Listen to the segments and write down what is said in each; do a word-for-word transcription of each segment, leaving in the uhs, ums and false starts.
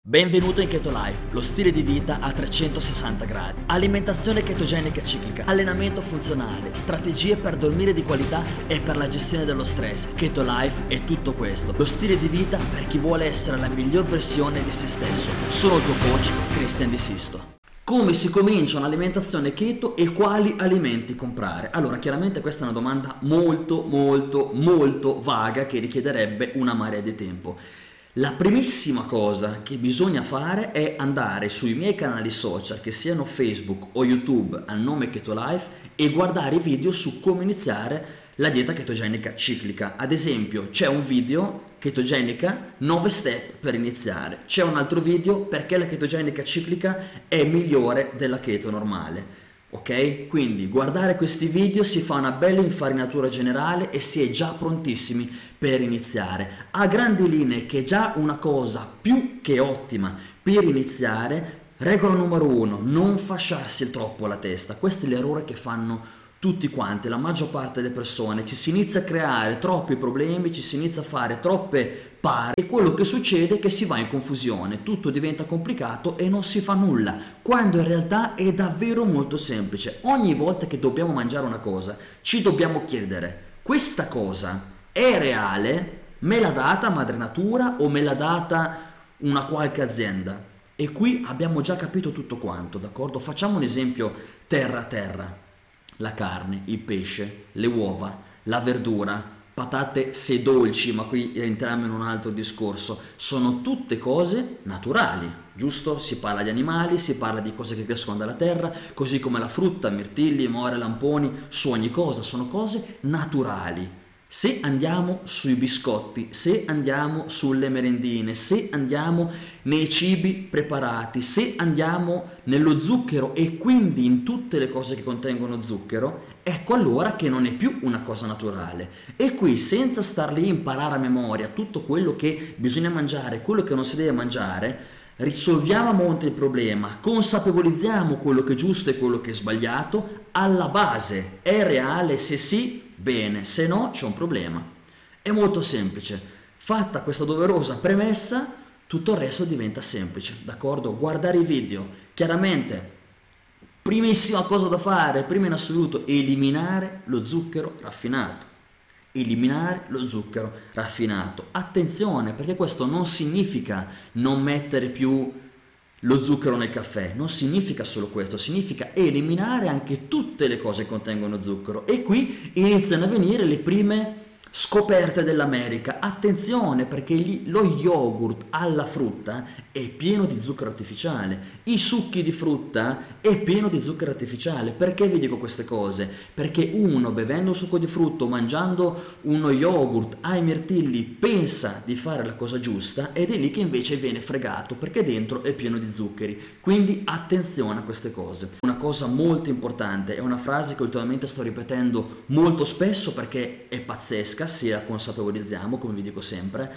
Benvenuto in Keto Life, lo stile di vita a trecentosessanta gradi. Alimentazione chetogenica ciclica, allenamento funzionale, strategie per dormire di qualità e per la gestione dello stress. Keto Life è tutto questo. Lo stile di vita per chi vuole essere la miglior versione di se stesso. Sono il tuo coach, Christian Di Sisto. Come si comincia un'alimentazione keto e quali alimenti comprare? Allora, chiaramente questa è una domanda molto, molto, molto vaga che richiederebbe una marea di tempo. La primissima cosa che bisogna fare è andare sui miei canali social, che siano Facebook o YouTube, al nome Keto Life, e guardare i video su come iniziare la dieta chetogenica ciclica. Ad esempio, c'è un video chetogenica nove step per iniziare, c'è un altro video perché la chetogenica ciclica è migliore della keto normale. Ok? Quindi guardare questi video si fa una bella infarinatura generale e si è già prontissimi per iniziare. A grandi linee, che è già una cosa più che ottima per iniziare, regola numero uno, non fasciarsi troppo la testa. Questo è l'errore che fanno tutti quanti, la maggior parte delle persone. Ci si inizia a creare troppi problemi, ci si inizia a fare troppe pare e quello che succede è che si va in confusione, tutto diventa complicato e non si fa nulla, quando in realtà è davvero molto semplice. Ogni volta che dobbiamo mangiare una cosa ci dobbiamo chiedere: questa cosa è reale? Me l'ha data madre natura o me l'ha data una qualche azienda? E qui abbiamo già capito tutto quanto, d'accordo? Facciamo un esempio terra a terra: la carne, il pesce, le uova, la verdura, patate se dolci, ma qui entriamo in un altro discorso, sono tutte cose naturali, giusto? Si parla di animali, si parla di cose che crescono dalla terra, così come la frutta, mirtilli, more, lamponi, su ogni cosa, sono cose naturali. Se andiamo sui biscotti, se andiamo sulle merendine, se andiamo nei cibi preparati, se andiamo nello zucchero e quindi in tutte le cose che contengono zucchero, ecco allora che non è più una cosa naturale. E qui, senza star lì a imparare a memoria tutto quello che bisogna mangiare, quello che non si deve mangiare, risolviamo a monte il problema, consapevolizziamo quello che è giusto e quello che è sbagliato. Alla base è reale? Se sì, bene, se no c'è un problema. È molto semplice. Fatta questa doverosa premessa, tutto il resto diventa semplice, d'accordo? Guardare i video. Chiaramente, primissima cosa da fare, prima in assoluto, eliminare lo zucchero raffinato. Eliminare lo zucchero raffinato. Attenzione, perché questo non significa non mettere più lo zucchero nel caffè, non significa solo questo, significa eliminare anche tutte le cose che contengono zucchero. E qui iniziano a venire le prime scoperte dell'America. Attenzione, perché gli, lo yogurt alla frutta è pieno di zucchero artificiale, i succhi di frutta è pieno di zucchero artificiale. Perché vi dico queste cose? Perché uno, bevendo un succo di frutta, mangiando uno yogurt ai mirtilli, pensa di fare la cosa giusta ed è lì che invece viene fregato, perché dentro è pieno di zuccheri. Quindi attenzione a queste cose. Una cosa molto importante, è una frase che ultimamente sto ripetendo molto spesso perché è pazzesca, se la consapevolizziamo, come vi dico sempre: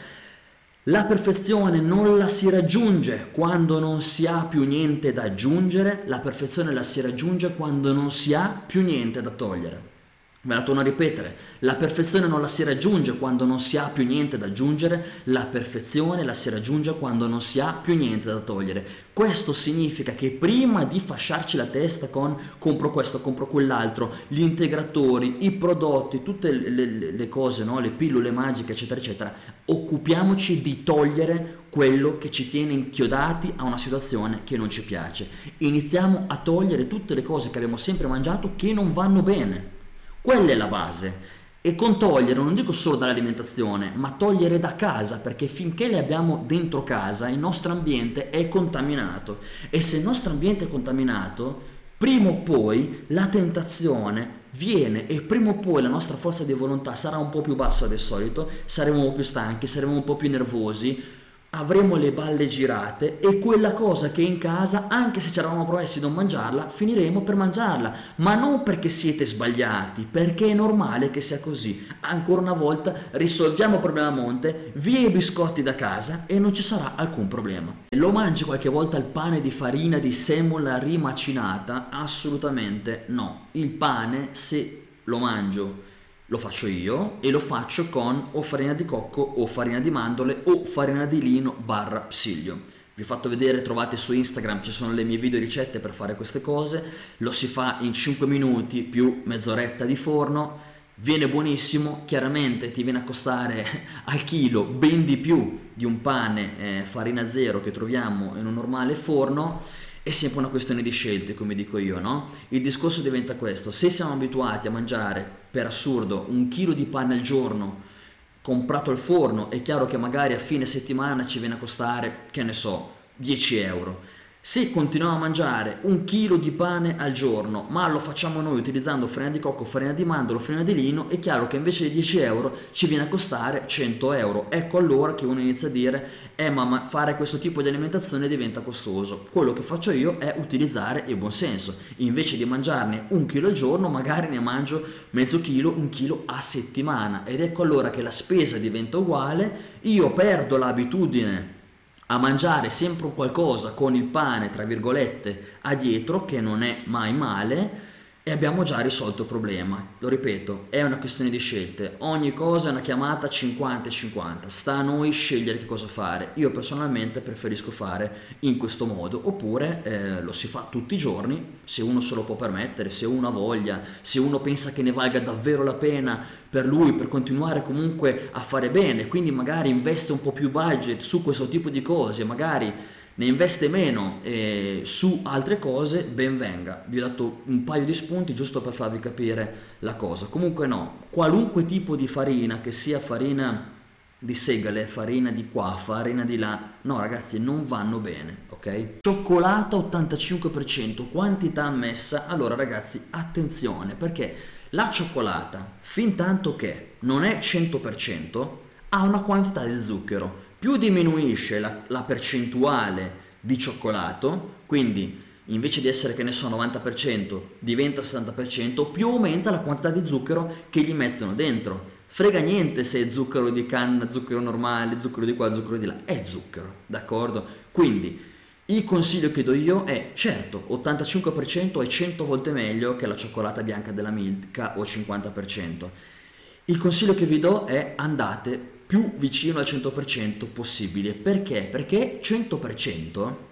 la perfezione non la si raggiunge quando non si ha più niente da aggiungere, la perfezione la si raggiunge quando non si ha più niente da togliere. Ve la torno a ripetere: la perfezione non la si raggiunge quando non si ha più niente da aggiungere, la perfezione la si raggiunge quando non si ha più niente da togliere. Questo significa che prima di fasciarci la testa con compro questo, compro quell'altro, gli integratori, i prodotti, tutte le, le, le cose, no? Le pillole magiche, eccetera, eccetera, occupiamoci di togliere quello che ci tiene inchiodati a una situazione che non ci piace. Iniziamo a togliere tutte le cose che abbiamo sempre mangiato che non vanno bene. Quella è la base. E con togliere non dico solo dall'alimentazione, ma togliere da casa, perché finché le abbiamo dentro casa il nostro ambiente è contaminato, e se il nostro ambiente è contaminato, prima o poi la tentazione viene e prima o poi la nostra forza di volontà sarà un po' più bassa del solito, saremo un po' più stanchi, saremo un po' più nervosi, avremo le balle girate e quella cosa che è in casa, anche se ci eravamo promessi di non mangiarla, finiremo per mangiarla, ma non perché siete sbagliati, perché è normale che sia così. Ancora una volta risolviamo il problema a monte, via i biscotti da casa e non ci sarà alcun problema. Lo mangi qualche volta il pane di farina di semola rimacinata? Assolutamente no. Il pane, se lo mangio, lo faccio io e lo faccio con o farina di cocco o farina di mandorle o farina di lino barra psilio. vi ho fatto vedere, trovate su Instagram, ci sono le mie video ricette per fare queste cose, lo si fa in cinque minuti più mezz'oretta di forno, viene buonissimo, chiaramente ti viene a costare al chilo ben di più di un pane eh, farina zero che troviamo in un normale forno. È sempre una questione di scelte, come dico io, no? Il discorso diventa questo: se siamo abituati a mangiare, per assurdo, un chilo di pane al giorno comprato al forno, è chiaro che magari a fine settimana ci viene a costare, che ne so, dieci euro. Se continuiamo a mangiare un chilo di pane al giorno, ma lo facciamo noi utilizzando farina di cocco, farina di mandorlo, farina di lino, è chiaro che invece di dieci euro ci viene a costare cento euro. Ecco allora che uno inizia a dire, eh ma fare questo tipo di alimentazione diventa costoso. Quello che faccio io è utilizzare il buonsenso. Invece di mangiarne un chilo al giorno, magari ne mangio mezzo chilo, un chilo a settimana. Ed ecco allora che la spesa diventa uguale, io perdo l'abitudine a mangiare sempre un qualcosa con il pane, tra virgolette, a dietro, che non è mai male, e abbiamo già risolto il problema. Lo ripeto, è una questione di scelte, ogni cosa è una chiamata cinquanta e cinquanta, sta a noi scegliere che cosa fare. Io personalmente preferisco fare in questo modo, oppure eh, lo si fa tutti i giorni, se uno se lo può permettere, se uno ha voglia, se uno pensa che ne valga davvero la pena per lui, per continuare comunque a fare bene, quindi magari investe un po' più budget su questo tipo di cose, magari ne investe meno eh, su altre cose, ben venga. Vi ho dato un paio di spunti giusto per farvi capire la cosa. Comunque no, qualunque tipo di farina, che sia farina di segale, farina di qua, farina di là, no ragazzi, non vanno bene, ok? Cioccolata ottantacinque per cento, quantità ammessa. Allora ragazzi, attenzione, perché la cioccolata, fin tanto che non è cento per cento, ha una quantità di zucchero. Più diminuisce la, la percentuale di cioccolato, quindi invece di essere, che ne so, novanta per cento diventa settanta per cento, più aumenta la quantità di zucchero che gli mettono dentro. Frega niente se è zucchero di canna, zucchero normale, zucchero di qua, zucchero di là, è zucchero, d'accordo? Quindi il consiglio che do io è, certo, ottantacinque per cento è cento volte meglio che la cioccolata bianca della Milka o cinquanta per cento. Il consiglio che vi do è andate più vicino al cento per cento possibile. Perché? Perché cento per cento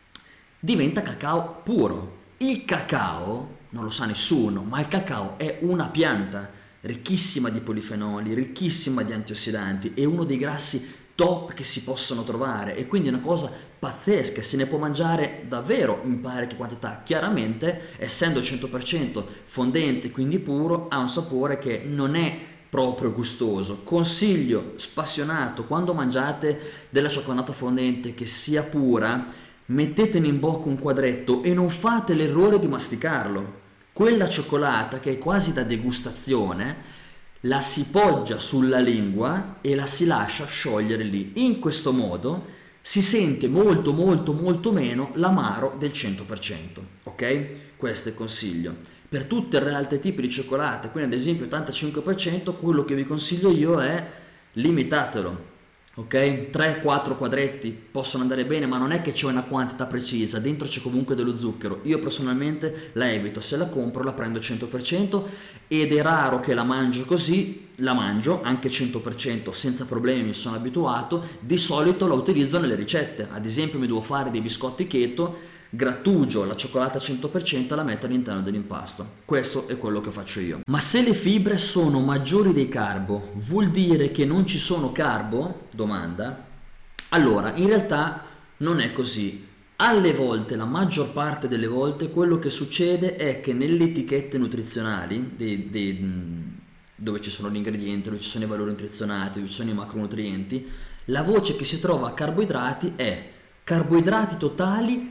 diventa cacao puro. Il cacao, non lo sa nessuno, ma il cacao è una pianta ricchissima di polifenoli, ricchissima di antiossidanti, è uno dei grassi top che si possono trovare, e quindi è una cosa pazzesca, se ne può mangiare davvero in parecchie quantità. Chiaramente, essendo il cento per cento fondente, quindi puro, ha un sapore che non è proprio gustoso. Consiglio spassionato: quando mangiate della cioccolata fondente che sia pura, mettetene in bocca un quadretto e non fate l'errore di masticarlo. Quella cioccolata che è quasi da degustazione la si poggia sulla lingua e la si lascia sciogliere lì. In questo modo si sente molto molto molto meno l'amaro del cento per cento, ok? Questo è il consiglio. Per tutti gli altri tipi di cioccolate, quindi ad esempio ottantacinque per cento, quello che vi consiglio io è limitatelo, ok? tre quattro quadretti possono andare bene, ma non è che c'è una quantità precisa, dentro c'è comunque dello zucchero. Io personalmente la evito, se la compro la prendo cento per cento, ed è raro che la mangio così, la mangio anche cento per cento senza problemi, mi sono abituato. Di solito la utilizzo nelle ricette, ad esempio mi devo fare dei biscotti keto, grattugio la cioccolata cento per cento e la metto all'interno dell'impasto. Questo è quello che faccio io. Ma se le fibre sono maggiori dei carbo, vuol dire che non ci sono carbo? Domanda. Allora, in realtà non è così. Alle volte, la maggior parte delle volte, quello che succede è che nelle etichette nutrizionali, dei, dei, dove ci sono gli ingredienti, dove ci sono i valori nutrizionali, dove ci sono i macronutrienti, la voce che si trova a carboidrati è carboidrati totali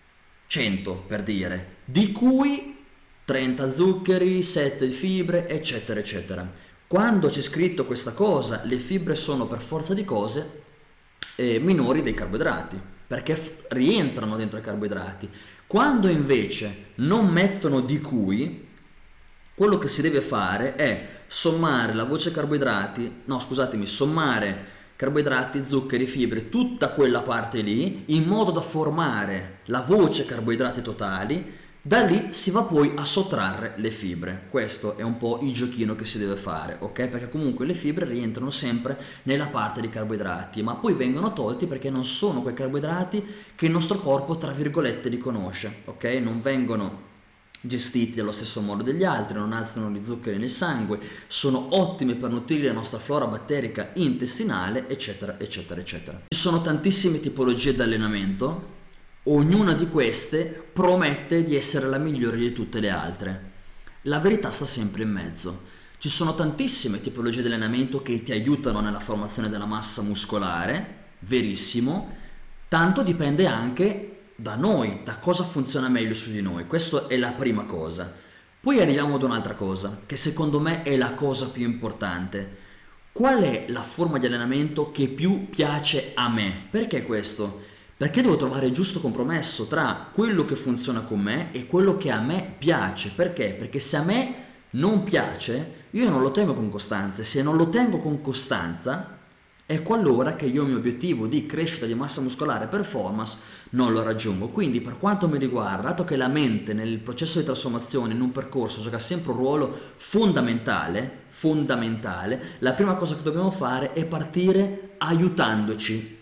cento, per dire, di cui trenta zuccheri, sette fibre, eccetera eccetera. Quando c'è scritto questa cosa, le fibre sono per forza di cose eh, minori dei carboidrati, perché f- rientrano dentro i carboidrati. Quando invece non mettono di cui, quello che si deve fare è sommare la voce carboidrati, no scusatemi, sommare carboidrati, zuccheri, fibre, tutta quella parte lì, in modo da formare la voce carboidrati totali, Da lì si va poi a sottrarre le fibre. Questo è un po' il giochino che si deve fare, ok? Perché comunque le fibre rientrano sempre nella parte dei carboidrati, ma poi vengono tolti perché non sono quei carboidrati che il nostro corpo, tra virgolette, riconosce, ok? Non vengono gestiti allo stesso modo degli altri, non alzano gli zuccheri nel sangue, sono ottimi per nutrire la nostra flora batterica intestinale, eccetera, eccetera, eccetera. Ci sono tantissime tipologie di allenamento. Ognuna di queste promette di essere la migliore di tutte le altre. La verità sta sempre in mezzo. Ci sono tantissime tipologie di allenamento che ti aiutano nella formazione della massa muscolare, verissimo, tanto dipende anche da noi, da cosa funziona meglio su di noi. Questa è la prima cosa. Poi arriviamo ad un'altra cosa, che secondo me è la cosa più importante. Qual è la forma di allenamento che più piace a me? Perché questo? Perché devo trovare il giusto compromesso tra quello che funziona con me e quello che a me piace. Perché? Perché se a me non piace, io non lo tengo con costanza. E se non lo tengo con costanza, ecco allora che io il mio obiettivo di crescita di massa muscolare e performance non lo raggiungo. Quindi per quanto mi riguarda, dato che la mente nel processo di trasformazione, in un percorso, gioca sempre un ruolo fondamentale, fondamentale, la prima cosa che dobbiamo fare è partire aiutandoci.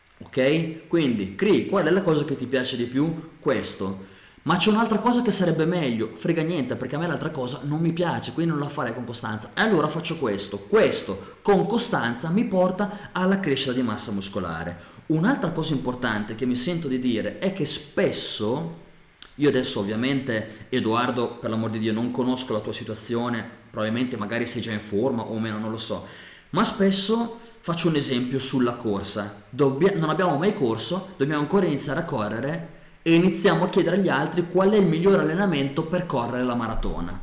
Ok? Quindi, Cri, qual è la cosa che ti piace di più? Questo. Ma c'è un'altra cosa che sarebbe meglio, frega niente, perché a me l'altra cosa non mi piace, quindi non la farei con costanza. E allora faccio questo. Questo con costanza mi porta alla crescita di massa muscolare. Un'altra cosa importante che mi sento di dire è che spesso, io adesso ovviamente, Edoardo, per l'amor di Dio, non conosco la tua situazione, probabilmente magari sei già in forma o meno, non lo so, ma spesso faccio un esempio sulla corsa. Dobbia- non abbiamo mai corso, dobbiamo ancora iniziare a correre e iniziamo a chiedere agli altri qual è il miglior allenamento per correre la maratona.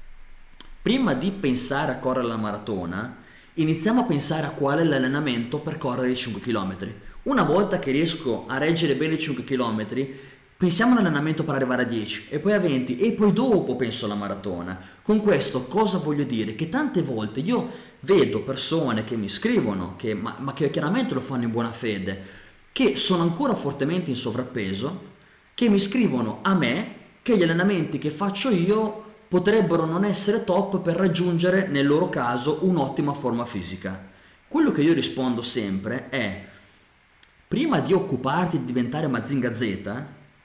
Prima di pensare a correre la maratona, iniziamo a pensare a qual è l'allenamento per correre i cinque chilometri. Una volta che riesco a reggere bene i cinque chilometri, pensiamo all'allenamento per arrivare a dieci e poi a venti e poi dopo penso alla maratona. Con questo cosa voglio dire? Che tante volte io vedo persone che mi scrivono, che, ma, ma che chiaramente lo fanno in buona fede, che sono ancora fortemente in sovrappeso, che mi scrivono a me che gli allenamenti che faccio io potrebbero non essere top per raggiungere, nel loro caso, un'ottima forma fisica. Quello che io rispondo sempre è: prima di occuparti di diventare Mazinga Z,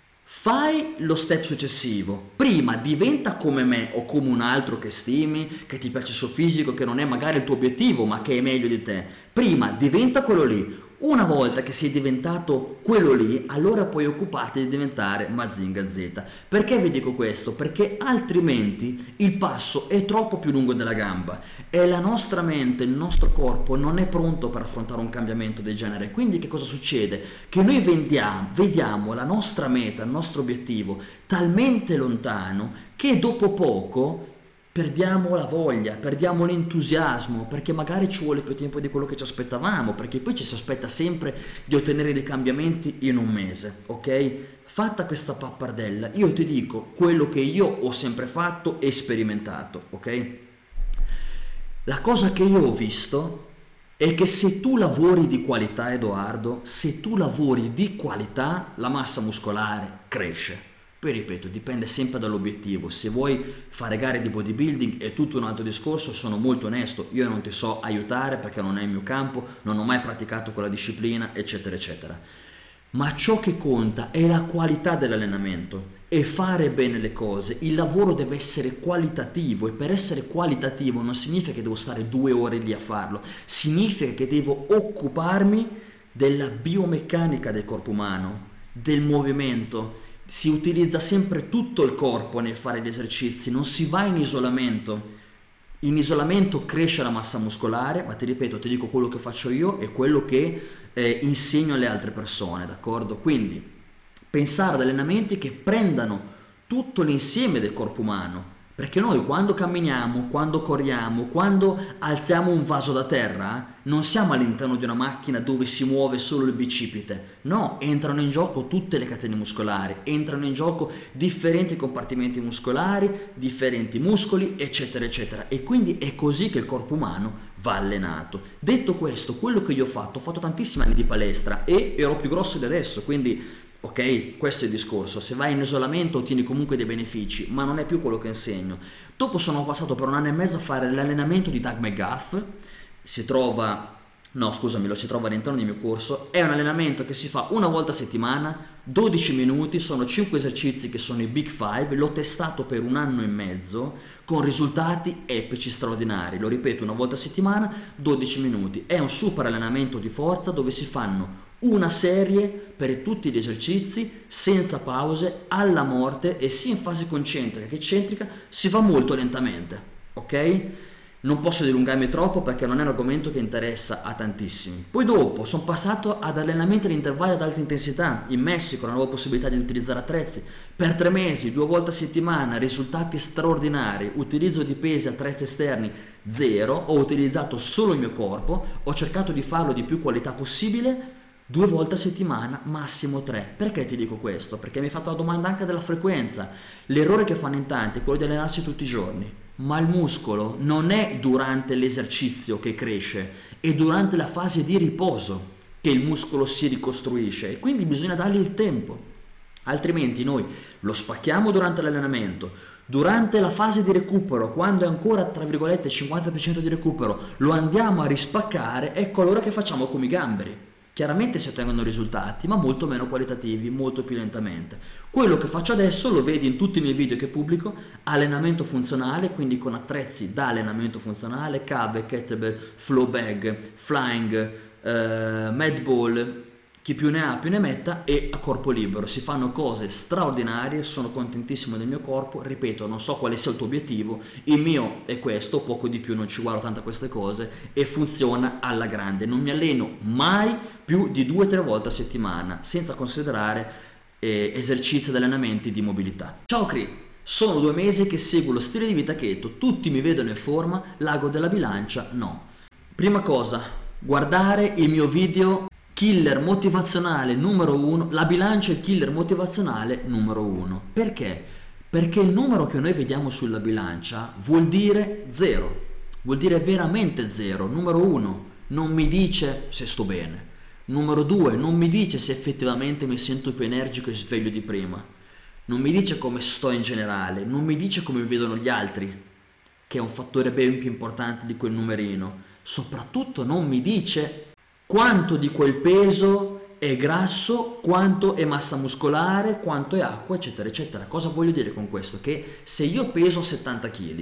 fai lo step successivo. Prima diventa come me o come un altro che stimi, che ti piace il suo fisico, che non è magari il tuo obiettivo ma che è meglio di te. Prima diventa quello lì. Una volta che sei diventato quello lì, allora puoi occuparti di diventare Mazinga Z. Perché vi dico questo? Perché altrimenti il passo è troppo più lungo della gamba e la nostra mente, il nostro corpo non è pronto per affrontare un cambiamento del genere. Quindi che cosa succede? Che noi vediamo, vediamo la nostra meta, il nostro obiettivo talmente lontano che dopo poco perdiamo la voglia, perdiamo l'entusiasmo, perché magari ci vuole più tempo di quello che ci aspettavamo, perché poi ci si aspetta sempre di ottenere dei cambiamenti in un mese, ok? Fatta questa pappardella, io ti dico quello che io ho sempre fatto e sperimentato, ok? La cosa che io ho visto è che se tu lavori di qualità, Edoardo, se tu lavori di qualità, la massa muscolare cresce. Poi ripeto, dipende sempre dall'obiettivo. Se vuoi fare gare di bodybuilding è tutto un altro discorso, sono molto onesto, io non ti so aiutare perché non è il mio campo, non ho mai praticato quella disciplina, eccetera, eccetera. Ma ciò che conta è la qualità dell'allenamento e fare bene le cose. Il lavoro deve essere qualitativo e per essere qualitativo non significa che devo stare due ore lì a farlo, significa che devo occuparmi della biomeccanica del corpo umano, del movimento. Si utilizza sempre tutto il corpo nel fare gli esercizi, non si va in isolamento. In isolamento cresce la massa muscolare, ma ti ripeto, ti dico quello che faccio io e quello che eh, insegno alle altre persone, d'accordo? Quindi pensare ad allenamenti che prendano tutto l'insieme del corpo umano, perché noi quando camminiamo, quando corriamo, quando alziamo un vaso da terra, non siamo all'interno di una macchina dove si muove solo il bicipite, no, entrano in gioco tutte le catene muscolari, entrano in gioco differenti compartimenti muscolari, differenti muscoli, eccetera, eccetera, e quindi è così che il corpo umano va allenato. Detto questo, quello che io ho fatto, ho fatto tantissimi anni di palestra e ero più grosso di adesso, quindi Ok? Questo è il discorso. Se vai in isolamento ottieni comunque dei benefici, ma non è più quello che insegno. Dopo sono passato per un anno e mezzo a fare l'allenamento di Doug McGuff. Si trova, no scusami, lo si trova all'interno del mio corso. È un allenamento che si fa una volta a settimana, dodici minuti, sono cinque esercizi che sono i Big Five. L'ho testato per un anno e mezzo con risultati epici straordinari. Lo ripeto, una volta a settimana, dodici minuti. È un super allenamento di forza dove si fanno una serie per tutti gli esercizi senza pause, alla morte, e sia in fase concentrica che eccentrica si fa molto lentamente, ok? Non posso dilungarmi troppo perché non è un argomento che interessa a tantissimi. Poi dopo sono passato ad allenamenti ad intervalli ad alta intensità. In Messico non avevo possibilità di utilizzare attrezzi. Per tre mesi, due volte a settimana, risultati straordinari. Utilizzo di pesi, attrezzi esterni, zero. Ho utilizzato solo il mio corpo. Ho cercato di farlo di più qualità possibile. Due volte a settimana, massimo tre. Perché ti dico questo? Perché mi hai fatto la domanda anche della frequenza. L'errore che fanno in tanti è quello di allenarsi tutti i giorni. Ma il muscolo non è durante l'esercizio che cresce, è durante la fase di riposo che il muscolo si ricostruisce, e quindi bisogna dargli il tempo. Altrimenti noi lo spacchiamo durante l'allenamento, durante la fase di recupero, quando è ancora tra virgolette cinquanta per cento di recupero, lo andiamo a rispaccare. Ecco allora che facciamo come i gamberi. Chiaramente si ottengono risultati, ma molto meno qualitativi, molto più lentamente. Quello che faccio adesso lo vedi in tutti i miei video che pubblico: allenamento funzionale, quindi con attrezzi da allenamento funzionale, cable, kettlebell, flow bag, flying, eh, med ball, chi più ne ha più ne metta, e a corpo libero. Si fanno cose straordinarie, sono contentissimo del mio corpo. Ripeto, non so quale sia il tuo obiettivo, il mio è questo, poco di più, non ci guardo tanto a queste cose, e funziona alla grande. Non mi alleno mai più di due o tre volte a settimana, senza considerare eh, esercizi ed allenamenti di mobilità. Ciao Cri, sono due mesi che seguo lo stile di vita keto, tutti mi vedono in forma, l'ago della bilancia no. Prima cosa, guardare il mio video killer motivazionale numero uno, la bilancia è killer motivazionale numero uno. Perché? Perché il numero che noi vediamo sulla bilancia vuol dire zero, vuol dire veramente zero. Numero uno, non mi dice se sto bene. Numero due, non mi dice se effettivamente mi sento più energico e sveglio di prima. Non mi dice come sto in generale, non mi dice come mi vedono gli altri, che è un fattore ben più importante di quel numerino. Soprattutto non mi dice quanto di quel peso è grasso, quanto è massa muscolare, quanto è acqua, eccetera, eccetera. Cosa voglio dire con questo? Che se io peso settanta chili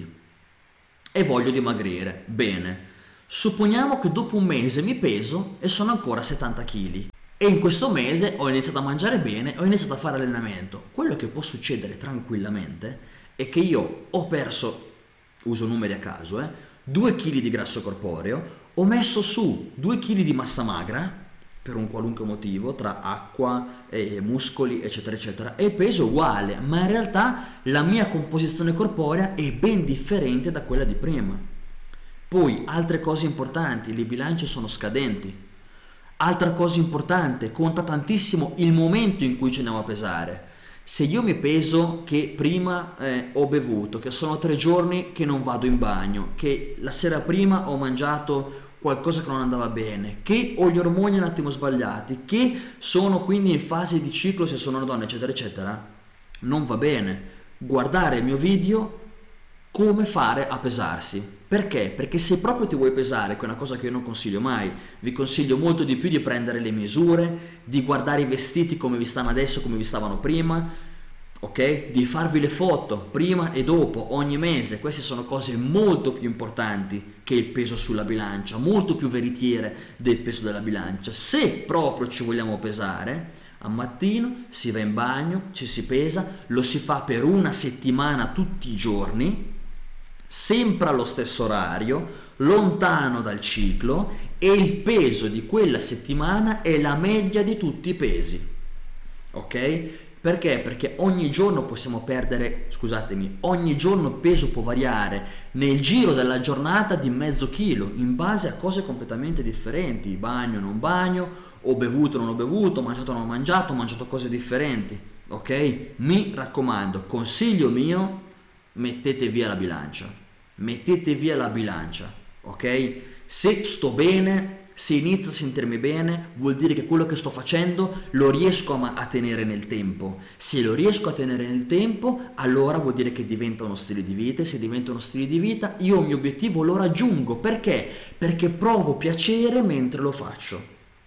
e voglio dimagrire, bene, supponiamo che dopo un mese mi peso e sono ancora a settanta chili. E in questo mese ho iniziato a mangiare bene, ho iniziato a fare allenamento. Quello che può succedere tranquillamente è che io ho perso, uso numeri a caso, eh, due chili di grasso corporeo, ho messo su due chili di massa magra per un qualunque motivo, tra acqua e muscoli eccetera eccetera, e peso uguale, ma in realtà la mia composizione corporea è ben differente da quella di prima. Poi altre cose importanti, le bilance sono scadenti. Altra cosa importante, conta tantissimo il momento in cui ci andiamo a pesare. Se io mi peso che prima eh, ho bevuto, che sono tre giorni che non vado in bagno, che la sera prima ho mangiato qualcosa che non andava bene, che ho gli ormoni un attimo sbagliati, che sono quindi in fase di ciclo se sono una donna eccetera eccetera, non va bene. Guardare il mio video come fare a pesarsi. Perché? Perché se proprio ti vuoi pesare, che è una cosa che io non consiglio mai, vi consiglio molto di più di prendere le misure, di guardare i vestiti come vi stanno adesso, come vi stavano prima, ok? Di farvi le foto prima e dopo ogni mese. Queste sono cose molto più importanti che il peso sulla bilancia, molto più veritiere del peso della bilancia. Se proprio ci vogliamo pesare, al mattino si va in bagno, ci si pesa, lo si fa per una settimana tutti i giorni, sempre allo stesso orario, lontano dal ciclo, e il peso di quella settimana è la media di tutti i pesi, ok? Perché? Perché ogni giorno possiamo perdere, scusatemi, ogni giorno il peso può variare nel giro della giornata di mezzo chilo, in base a cose completamente differenti, bagno, non bagno, ho bevuto, non ho bevuto, ho mangiato, non ho mangiato, ho mangiato cose differenti, ok? Mi raccomando, consiglio mio, mettete via la bilancia, mettete via la bilancia, ok? Se sto bene, Se inizio a sentirmi bene, vuol dire che quello che sto facendo lo riesco a, ma- a tenere nel tempo. Se lo riesco a tenere nel tempo, allora vuol dire che diventa uno stile di vita, e se diventa uno stile di vita, io il mio obiettivo lo raggiungo. Perché? Perché provo piacere mentre lo faccio.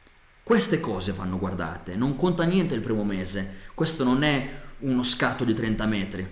Queste cose vanno guardate, non conta niente il primo mese, questo non è uno scatto di trenta metri.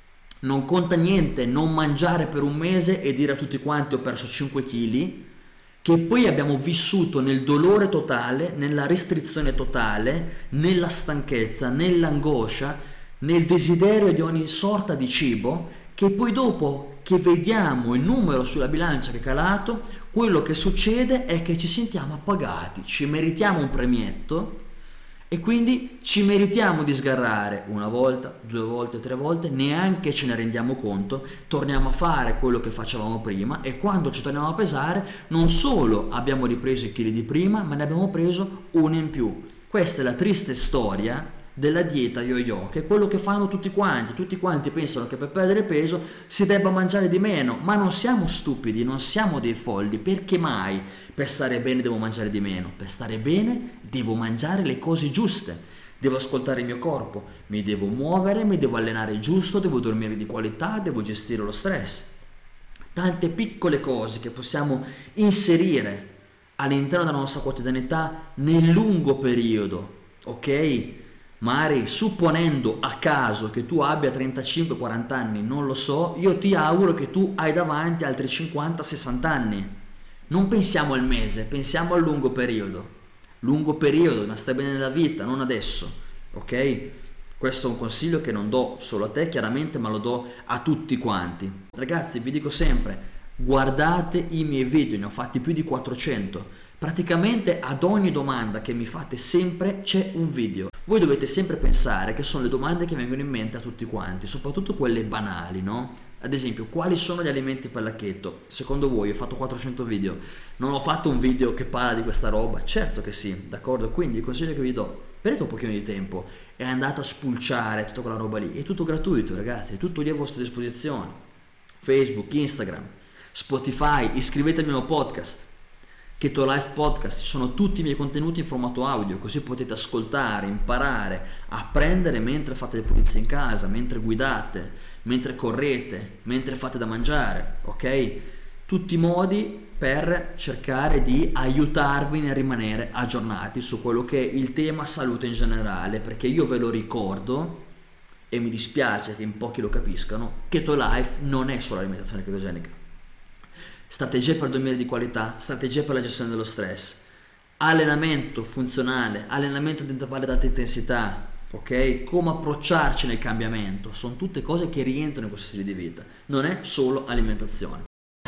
Non conta niente non mangiare per un mese e dire a tutti quanti ho perso cinque chili, che poi abbiamo vissuto nel dolore totale, nella restrizione totale, nella stanchezza, nell'angoscia, nel desiderio di ogni sorta di cibo, che poi dopo che vediamo il numero sulla bilancia che è calato, quello che succede è che ci sentiamo appagati, ci meritiamo un premietto e quindi ci meritiamo di sgarrare una volta, due volte, tre volte, neanche ce ne rendiamo conto, torniamo a fare quello che facevamo prima e quando ci torniamo a pesare non solo abbiamo ripreso i chili di prima, ma ne abbiamo preso uno in più. Questa è la triste storia della dieta yo-yo, che è quello che fanno tutti quanti. Tutti quanti pensano che per perdere peso si debba mangiare di meno, ma non siamo stupidi, non siamo dei folli. Perché mai per stare bene devo mangiare di meno? Per stare bene devo mangiare le cose giuste, devo ascoltare il mio corpo, mi devo muovere, mi devo allenare giusto, devo dormire di qualità, devo gestire lo stress. Tante piccole cose che possiamo inserire all'interno della nostra quotidianità nel lungo periodo, ok? Magari supponendo a caso che tu abbia trentacinque quaranta anni, non lo so, io ti auguro che tu hai davanti altri cinquanta sessanta anni. Non pensiamo al mese, pensiamo al lungo periodo. Lungo periodo, ma stai bene nella vita, non adesso, ok? Questo è un consiglio che non do solo a te chiaramente, ma lo do a tutti quanti. Ragazzi, vi dico sempre, guardate i miei video, ne ho fatti più di quattrocento. Praticamente ad ogni domanda che mi fate sempre c'è un video. Voi dovete sempre pensare che sono le domande che vengono in mente a tutti quanti, soprattutto quelle banali, no? Ad esempio, quali sono gli alimenti per la keto? Secondo voi ho fatto quattrocento video, non ho fatto un video che parla di questa roba? Certo che sì, d'accordo? Quindi il consiglio che vi do, prendete un pochino di tempo e andate a spulciare tutta quella roba lì, è tutto gratuito ragazzi, è tutto lì a vostra disposizione. Facebook, Instagram, Spotify, iscrivetevi al mio podcast, Keto Life Podcast, ci sono tutti i miei contenuti in formato audio, così potete ascoltare, imparare, apprendere mentre fate le pulizie in casa, mentre guidate, mentre correte, mentre fate da mangiare, ok? Tutti i modi per cercare di aiutarvi nel rimanere aggiornati su quello che è il tema salute in generale, perché io ve lo ricordo e mi dispiace che in pochi lo capiscano, Keto Life non è solo alimentazione chetogenica. Strategie per dormire di qualità, strategie per la gestione dello stress, allenamento funzionale, allenamento ad intervalli ad alta intensità, ok? Come approcciarci nel cambiamento, sono tutte cose che rientrano in questo stile di vita, non è solo alimentazione.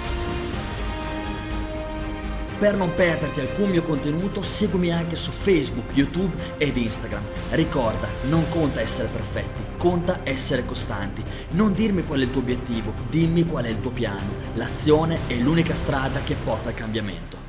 Per non perderti alcun mio contenuto, seguimi anche su Facebook, YouTube ed Instagram. Ricorda, non conta essere perfetti, conta essere costanti. Non dirmi qual è il tuo obiettivo, dimmi qual è il tuo piano. L'azione è l'unica strada che porta al cambiamento.